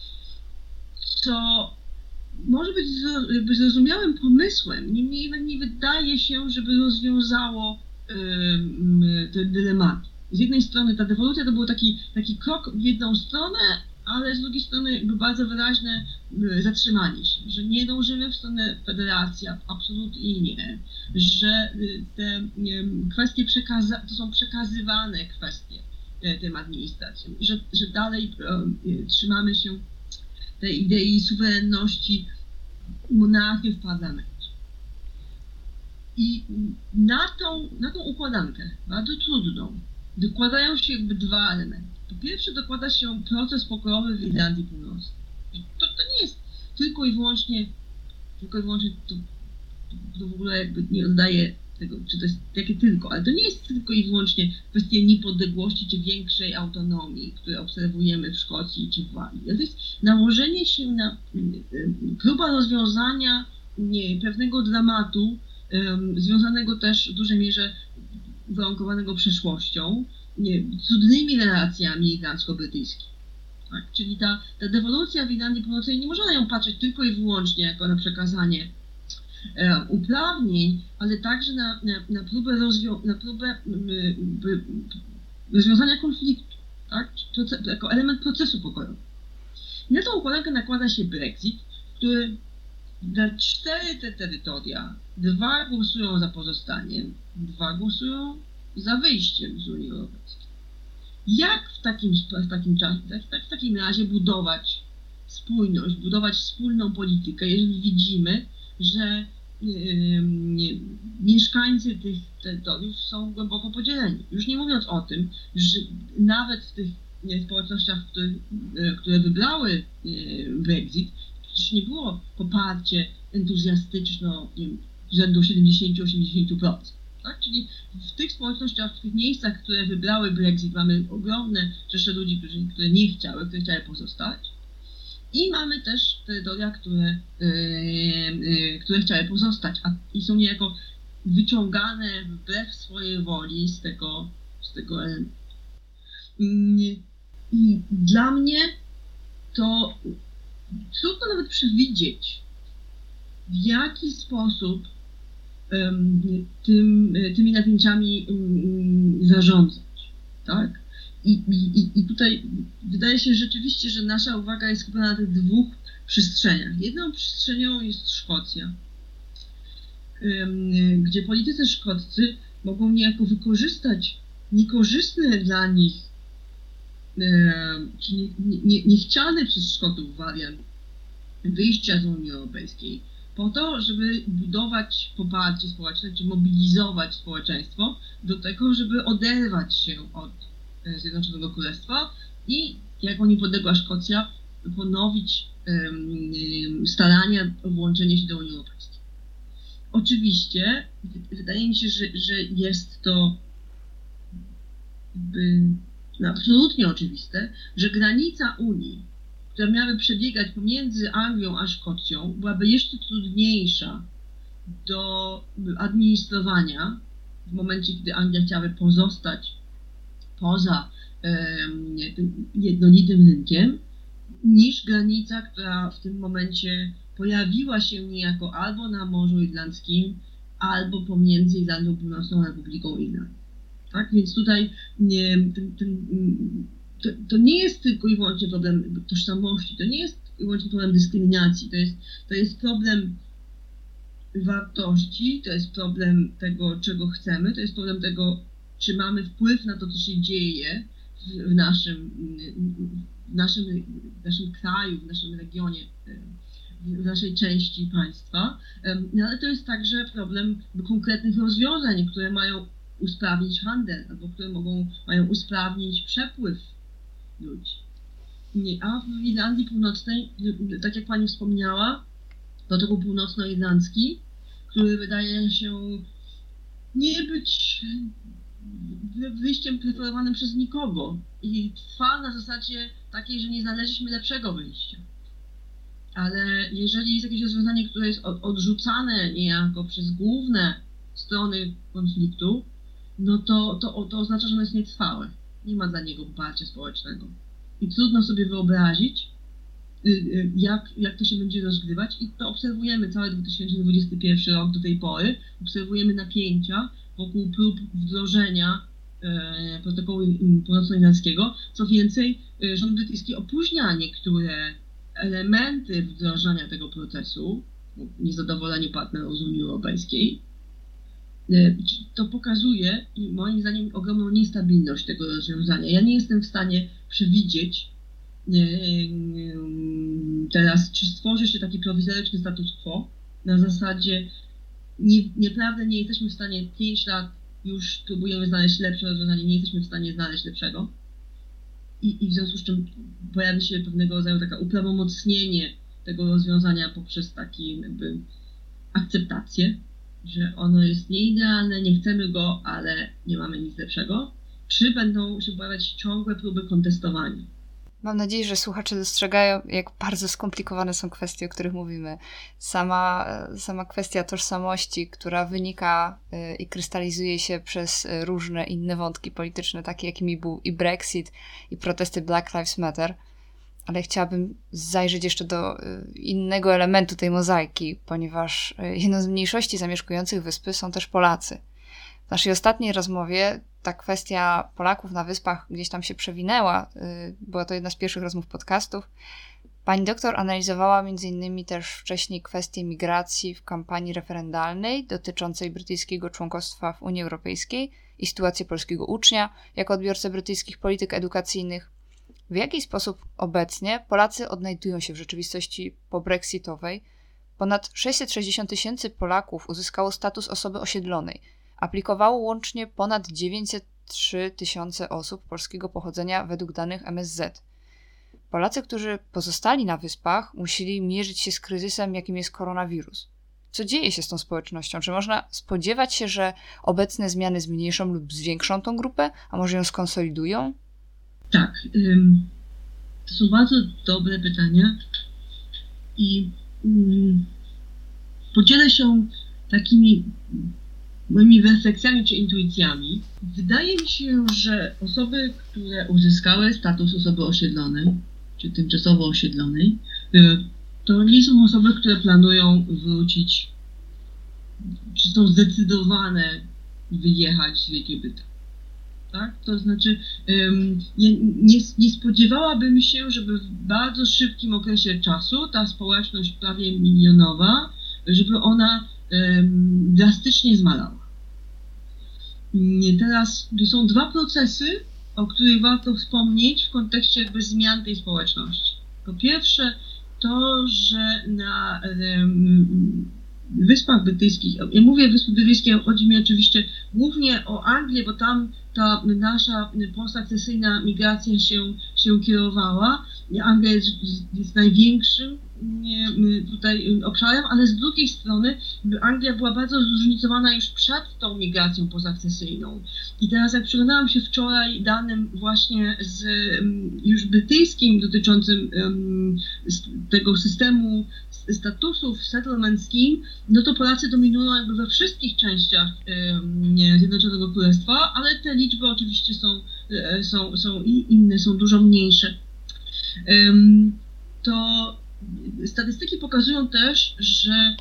Co może być jakby zrozumiałym pomysłem, niemniej jednak nie wydaje się, żeby rozwiązało yy, te dylematy. Z jednej strony ta dewolucja to był taki, taki krok w jedną stronę, ale z drugiej strony jakby bardzo wyraźne zatrzymanie się, że nie dążymy w stronę federacji, absolutnie nie, że te kwestie przekaza- to są przekazywane kwestie tym administracjom, że, że dalej trzymamy się tej idei suwerenności monarchii w parlamencie. I na tą, na tą układankę, bardzo trudną, dokładają się jakby dwa elementy. Po pierwsze dokłada się proces pokojowy w Irlandii Północnej. To, to nie jest tylko i wyłącznie, tylko i wyłącznie to, to w ogóle jakby nie oddaje tego, czy to jest jakie tylko, ale to nie jest tylko i wyłącznie kwestia niepodległości czy większej autonomii, które obserwujemy w Szkocji czy w Walii. Ale to jest nałożenie się na próba rozwiązania nie, pewnego dramatu, um, związanego też w dużej mierze uwarunkowanego przeszłością, nie, trudnymi relacjami irlandzko-brytyjskimi. Tak? Czyli ta, ta dewolucja w Irlandii Północnej, nie można na ją patrzeć tylko i wyłącznie jako na przekazanie e, uprawnień, ale także na, na, na próbę, rozwią- na próbę y, y, rozwiązania konfliktu, tak? Proces, jako element procesu pokojowego. I na tą układankę nakłada się Brexit, który na cztery te terytoria, dwa głosują za pozostaniem, dwa głosują za wyjściem z Unii Europejskiej. Jak w takim, w takim czasie, tak, w takim razie budować spójność, budować wspólną politykę, jeżeli widzimy, że yy, mieszkańcy tych terytoriów są głęboko podzieleni. Już nie mówiąc o tym, że nawet w tych nie, społecznościach, które, które wybrały yy, Brexit, przecież nie było poparcie entuzjastyczne rzędu siedemdziesiąt do osiemdziesięciu procent. Tak? Czyli w tych społecznościach, w tych miejscach, które wybrały Brexit, mamy ogromne rzesze ludzi, którzy, które nie chciały, które chciały pozostać. I mamy też terytoria, które, yy, yy, które chciały pozostać, a i są niejako wyciągane wbrew swojej woli z tego, z tego elementu. Yy, I dla mnie to trudno nawet przewidzieć, w jaki sposób um, tym, tymi napięciami um, zarządzać, tak? I, i, I tutaj wydaje się rzeczywiście, że nasza uwaga jest skupiona na tych dwóch przestrzeniach. Jedną przestrzenią jest Szkocja, um, gdzie politycy szkoccy mogą niejako wykorzystać niekorzystne dla nich, um, czy nie, nie, niechciany przez Szkotów wariant wyjścia z Unii Europejskiej, po to, żeby budować poparcie społeczne, czy mobilizować społeczeństwo do tego, żeby oderwać się od Zjednoczonego Królestwa i jako niepodległa Szkocja ponowić um, starania o włączenie się do Unii Europejskiej. Oczywiście wydaje mi się, że, że jest to by, no, absolutnie oczywiste, że granica Unii, która miałaby przebiegać pomiędzy Anglią a Szkocją, byłaby jeszcze trudniejsza do administrowania w momencie, kiedy Anglia chciałaby pozostać poza um, jednolitym rynkiem, niż granica, która w tym momencie pojawiła się niejako albo na Morzu Irlandzkim, albo pomiędzy Irlandią Północną a Republiką Irlandii. Tak? Więc tutaj nie, ten, ten, to, to nie jest tylko i wyłącznie problem tożsamości, to nie jest tylko i wyłącznie problem dyskryminacji, to jest, to jest problem wartości, to jest problem tego, czego chcemy, to jest problem tego, czy mamy wpływ na to, co się dzieje w naszym, w naszym, w naszym kraju, w naszym regionie, w naszej części państwa. No ale to jest także problem konkretnych rozwiązań, które mają usprawnić handel, albo które mogą, mają usprawnić przepływ ludzi. A w Irlandii Północnej, tak jak pani wspomniała, protokół północnoirlandzki, który wydaje się nie być wyjściem preferowanym przez nikogo i trwa na zasadzie takiej, że nie znaleźliśmy lepszego wyjścia. Ale jeżeli jest jakieś rozwiązanie, które jest odrzucane niejako przez główne strony konfliktu, no to, to, to oznacza, że ono jest nietrwałe. Nie ma dla niego poparcia społecznego. I trudno sobie wyobrazić, jak, jak to się będzie rozgrywać i to obserwujemy cały dwa tysiące dwudziesty pierwszy rok do tej pory. Obserwujemy napięcia wokół prób wdrożenia e, protokołu północnoirlandzkiego. Co więcej, e, rząd brytyjski opóźnia niektóre elementy wdrożenia tego procesu, niezadowolenie partnerów z Unii Europejskiej. E, to pokazuje, moim zdaniem, ogromną niestabilność tego rozwiązania. Ja nie jestem w stanie przewidzieć teraz, czy stworzy się taki prowizoryczny status quo na zasadzie nie, naprawdę nie jesteśmy w stanie pięć lat już próbujemy znaleźć lepsze rozwiązanie, nie jesteśmy w stanie znaleźć lepszego i, i w związku z czym pojawi się pewnego rodzaju taka uprawomocnienie tego rozwiązania poprzez taki jakby akceptację, że ono jest nieidealne, nie chcemy go, ale nie mamy nic lepszego, czy będą się pojawiać ciągłe próby kontestowania. Mam nadzieję, że słuchacze dostrzegają, jak bardzo skomplikowane są kwestie, o których mówimy. Sama, sama kwestia tożsamości, która wynika i krystalizuje się przez różne inne wątki polityczne, takie jakimi był i Brexit, i protesty Black Lives Matter. Ale chciałabym zajrzeć jeszcze do innego elementu tej mozaiki, ponieważ jedną z mniejszości zamieszkujących wyspy są też Polacy. W naszej ostatniej rozmowie ta kwestia Polaków na wyspach gdzieś tam się przewinęła. Była to jedna z pierwszych rozmów podcastów. Pani doktor analizowała między innymi też wcześniej kwestie migracji w kampanii referendalnej dotyczącej brytyjskiego członkostwa w Unii Europejskiej i sytuację polskiego ucznia jako odbiorcę brytyjskich polityk edukacyjnych. W jaki sposób obecnie Polacy odnajdują się w rzeczywistości pobrexitowej? Ponad sześćset sześćdziesiąt tysięcy Polaków uzyskało status osoby osiedlonej. Aplikowało łącznie ponad dziewięćset trzy tysiące osób polskiego pochodzenia według danych M S Z. Polacy, którzy pozostali na wyspach, musieli mierzyć się z kryzysem, jakim jest koronawirus. Co dzieje się z tą społecznością? Czy można spodziewać się, że obecne zmiany zmniejszą lub zwiększą tą grupę, a może ją skonsolidują? Tak, to są bardzo dobre pytania i podzielę się takimi moimi refleksjami czy intuicjami. Wydaje mi się, że osoby, które uzyskały status osoby osiedlonej, czy tymczasowo osiedlonej, to nie są osoby, które planują wrócić, czy są zdecydowane wyjechać z Wielkiej Brytanii. Tak? To znaczy, nie, nie, nie spodziewałabym się, żeby w bardzo szybkim okresie czasu ta społeczność prawie milionowa, żeby ona drastycznie zmalała. Teraz są dwa procesy, o których warto wspomnieć w kontekście jakby zmian tej społeczności. Po pierwsze to, że na Wyspach Brytyjskich, ja mówię Wyspy Brytyjskie, chodzi mi oczywiście głównie o Anglię, bo tam ta nasza postakcesyjna migracja się, się kierowała. Anglia jest, jest największym tutaj obszarem, ale z drugiej strony Anglia była bardzo zróżnicowana już przed tą migracją postakcesyjną. I teraz jak przyglądałam się wczoraj danym właśnie z już brytyjskim dotyczącym tego systemu statusów settlement scheme, no to Polacy dominują jakby we wszystkich częściach Zjednoczonego Królestwa, ale te liczby oczywiście są, są, są inne, są dużo mniejsze. To statystyki pokazują też, że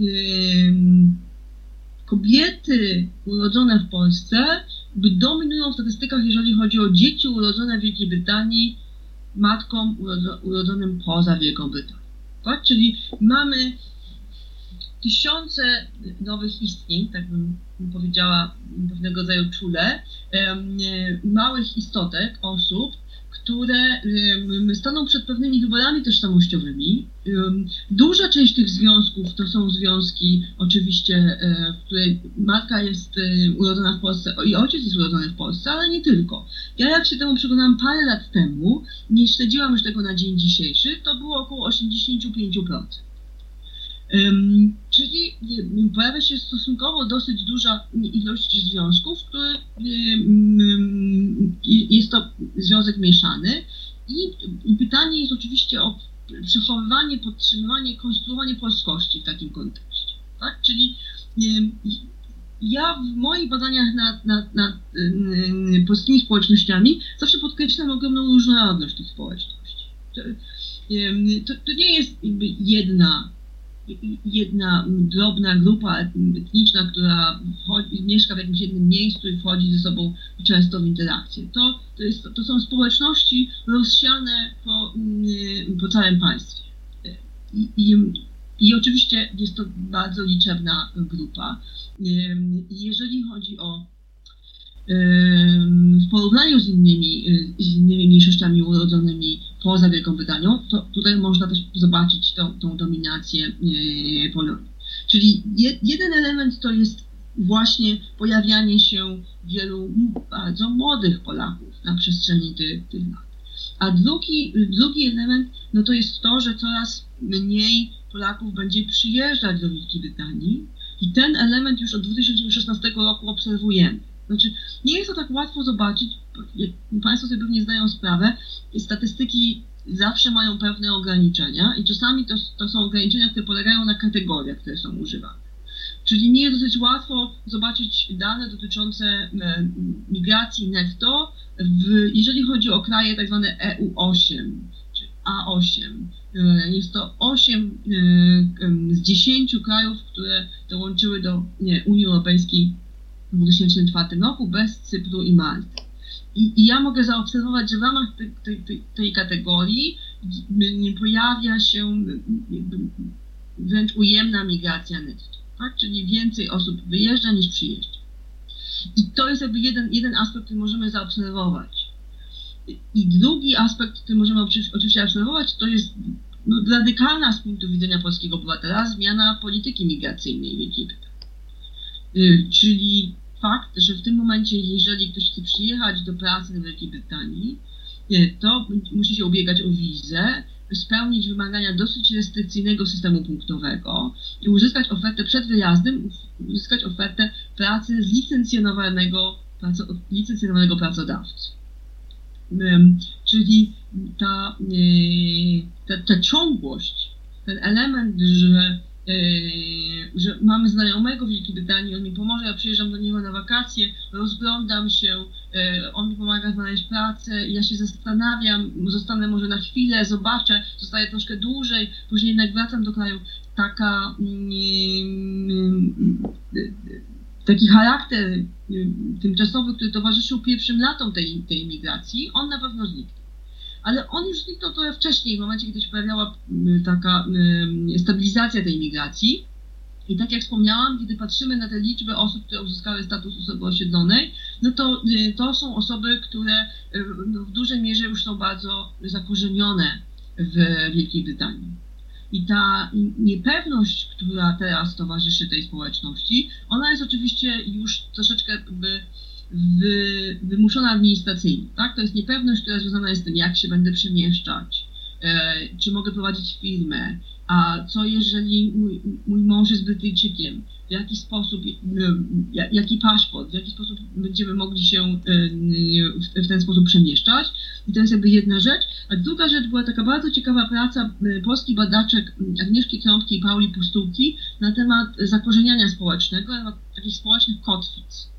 kobiety urodzone w Polsce dominują w statystykach, jeżeli chodzi o dzieci urodzone w Wielkiej Brytanii matkom urodzonym poza Wielką Brytanią. Tak? Czyli mamy tysiące nowych istnień, tak bym powiedziała, pewnego rodzaju czule, małych istotek, osób, które staną przed pewnymi wyborami tożsamościowymi. Duża część tych związków to są związki oczywiście, w której matka jest urodzona w Polsce i ojciec jest urodzony w Polsce, ale nie tylko. Ja jak się temu przekonałam parę lat temu, nie śledziłam już tego na dzień dzisiejszy, to było około osiemdziesiąt pięć procent. Um, czyli pojawia się stosunkowo dosyć duża ilość związków, w których um, jest to związek mieszany i, i pytanie jest oczywiście o przechowywanie, podtrzymywanie, konstruowanie polskości w takim kontekście. Tak? Czyli um, ja w moich badaniach nad, nad, nad um, polskimi społecznościami zawsze podkreślam ogromną różnorodność tych społeczności. To, um, to, to nie jest jakby jedna jedna drobna grupa etniczna, która wchodzi, mieszka w jakimś jednym miejscu i wchodzi ze sobą często w interakcję. To, to, jest, to są społeczności rozsiane po, po całym państwie. I, i, I oczywiście jest to bardzo liczebna grupa. Jeżeli chodzi o w porównaniu z innymi, z innymi mniejszościami urodzonymi poza Wielką Brytanią, to tutaj można też zobaczyć tą, tą dominację Polonii. Czyli je, jeden element to jest właśnie pojawianie się wielu bardzo młodych Polaków na przestrzeni tych, tych lat. A drugi, drugi element no to jest to, że coraz mniej Polaków będzie przyjeżdżać do Wielkiej Brytanii i ten element już od dwa tysiące szesnastego roku obserwujemy. Znaczy, nie jest to tak łatwo zobaczyć, jak Państwo sobie pewnie zdają sprawę, statystyki zawsze mają pewne ograniczenia i czasami to, to są ograniczenia, które polegają na kategoriach, które są używane. Czyli nie jest dosyć łatwo zobaczyć dane dotyczące migracji netto, w, jeżeli chodzi o kraje tak zwane E U osiem czy A osiem. Jest to osiem z dziesięciu krajów, które dołączyły do nie, Unii Europejskiej w dwa tysiące czwartym roku bez Cypru i Malty. I, I ja mogę zaobserwować, że w ramach te, te, te, tej kategorii pojawia się wręcz ujemna migracja netto, tak? Czyli więcej osób wyjeżdża niż przyjeżdża. I to jest jakby jeden, jeden aspekt, który możemy zaobserwować. I drugi aspekt, który możemy oczywiście obserwować, to jest no, radykalna z punktu widzenia polskiego obywatela zmiana polityki migracyjnej Wielkiej Brytanii. Czyli fakt, że w tym momencie, jeżeli ktoś chce przyjechać do pracy do Wielkiej Brytanii, to musi się ubiegać o wizę, spełnić wymagania dosyć restrykcyjnego systemu punktowego i uzyskać ofertę przed wyjazdem, uzyskać ofertę pracy z licencjonowanego, licencjonowanego pracodawcy. Czyli ta, ta, ta ciągłość, ten element, że, że mamy znajomego w Wielkiej Brytanii, on mi pomoże, ja przyjeżdżam do niego na wakacje, rozglądam się, on mi pomaga znaleźć pracę, ja się zastanawiam, zostanę może na chwilę, zobaczę, zostaję troszkę dłużej, później jednak wracam do kraju. Taka, taki charakter tymczasowy, który towarzyszył pierwszym latom tej, tej migracji, on na pewno zniknął. Ale on już zniknął trochę wcześniej, w momencie, kiedy się pojawiała taka stabilizacja tej migracji. I tak jak wspomniałam, kiedy patrzymy na te liczby osób, które uzyskały status osoby osiedlonej, no to to są osoby, które no, w dużej mierze już są bardzo zakorzenione w Wielkiej Brytanii. I ta niepewność, która teraz towarzyszy tej społeczności, ona jest oczywiście już troszeczkę jakby wy, wymuszona administracyjnie, tak? To jest niepewność, która związana jest z tym, jak się będę przemieszczać, e, czy mogę prowadzić firmę, a co jeżeli mój, mój mąż jest Brytyjczykiem, w jaki sposób, jaki paszport, w jaki sposób będziemy mogli się w ten sposób przemieszczać. I to jest jakby jedna rzecz. A druga rzecz była taka bardzo ciekawa praca polskich badaczek Agnieszki Trąbki i Pauli Pustułki na temat zakorzeniania społecznego, na temat takich społecznych kotwic.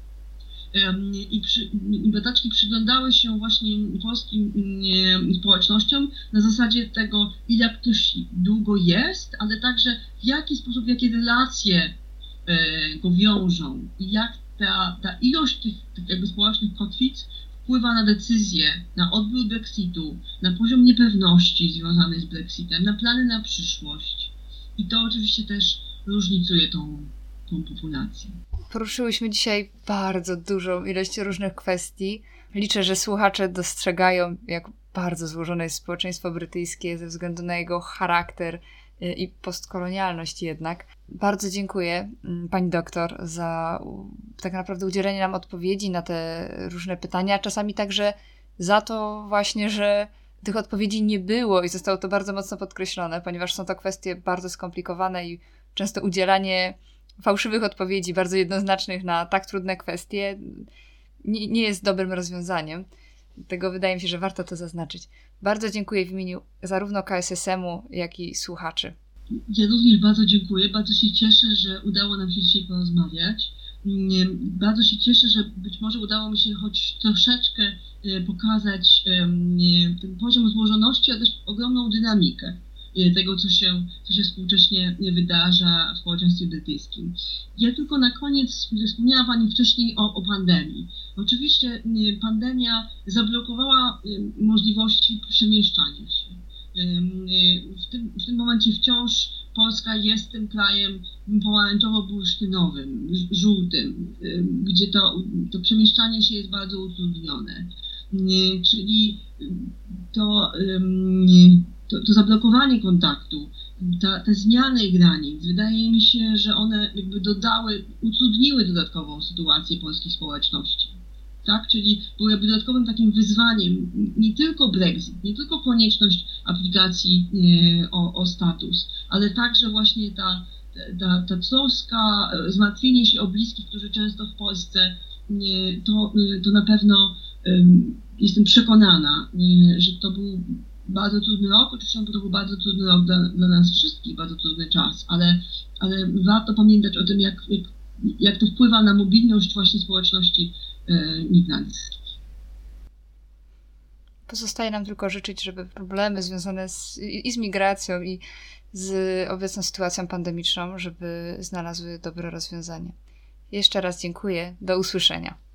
I, przy, I badaczki przyglądały się właśnie polskim społecznościom na zasadzie tego, ile ktoś długo jest, ale także w jaki sposób, jakie relacje go wiążą i jak ta, ta ilość tych, tych jakby społecznych kotwic wpływa na decyzje, na odbiór Brexitu, na poziom niepewności związany z Brexitem, na plany na przyszłość. I to oczywiście też różnicuje tą, tą populację. Poruszyłyśmy dzisiaj bardzo dużą ilość różnych kwestii. Liczę, że słuchacze dostrzegają, jak bardzo złożone jest społeczeństwo brytyjskie ze względu na jego charakter i postkolonialność jednak. Bardzo dziękuję pani doktor za tak naprawdę udzielenie nam odpowiedzi na te różne pytania, czasami także za to właśnie, że tych odpowiedzi nie było i zostało to bardzo mocno podkreślone, ponieważ są to kwestie bardzo skomplikowane i często udzielanie fałszywych odpowiedzi, bardzo jednoznacznych na tak trudne kwestie nie, nie jest dobrym rozwiązaniem. Dlatego wydaje mi się, że warto to zaznaczyć. Bardzo dziękuję w imieniu zarówno K S S M-u, jak i słuchaczy. Ja również bardzo dziękuję. Bardzo się cieszę, że udało nam się dzisiaj porozmawiać. Bardzo się cieszę, że być może udało mi się choć troszeczkę pokazać ten poziom złożoności, a też ogromną dynamikę tego, co się, co się współcześnie wydarza w społeczeństwie brytyjskim. Ja tylko na koniec, wspomniała Pani wcześniej o, o pandemii. Oczywiście pandemia zablokowała możliwości przemieszczania się. W tym, w tym momencie wciąż Polska jest tym krajem pomarańczowo-bursztynowym, żółtym, gdzie to, to przemieszczanie się jest bardzo utrudnione. Czyli to, to, to zablokowanie kontaktu, ta, te zmiany granic, wydaje mi się, że one jakby dodały, utrudniły dodatkową sytuację polskich społeczności. Tak? Czyli był jakby dodatkowym takim wyzwaniem nie tylko Brexit, nie tylko konieczność aplikacji e, o, o status, ale także właśnie ta, ta, ta troska, zmartwienie się o bliskich, którzy często w Polsce, e, to, to na pewno e, jestem przekonana, e, że to był bardzo trudny rok, oczywiście to był bardzo trudny rok dla, dla nas wszystkich, bardzo trudny czas, ale, ale warto pamiętać o tym, jak, jak, jak to wpływa na mobilność właśnie społeczności migracji. Pozostaje nam tylko życzyć, żeby problemy związane z, i z migracją, i z obecną sytuacją pandemiczną, żeby znalazły dobre rozwiązanie. Jeszcze raz dziękuję. Do usłyszenia.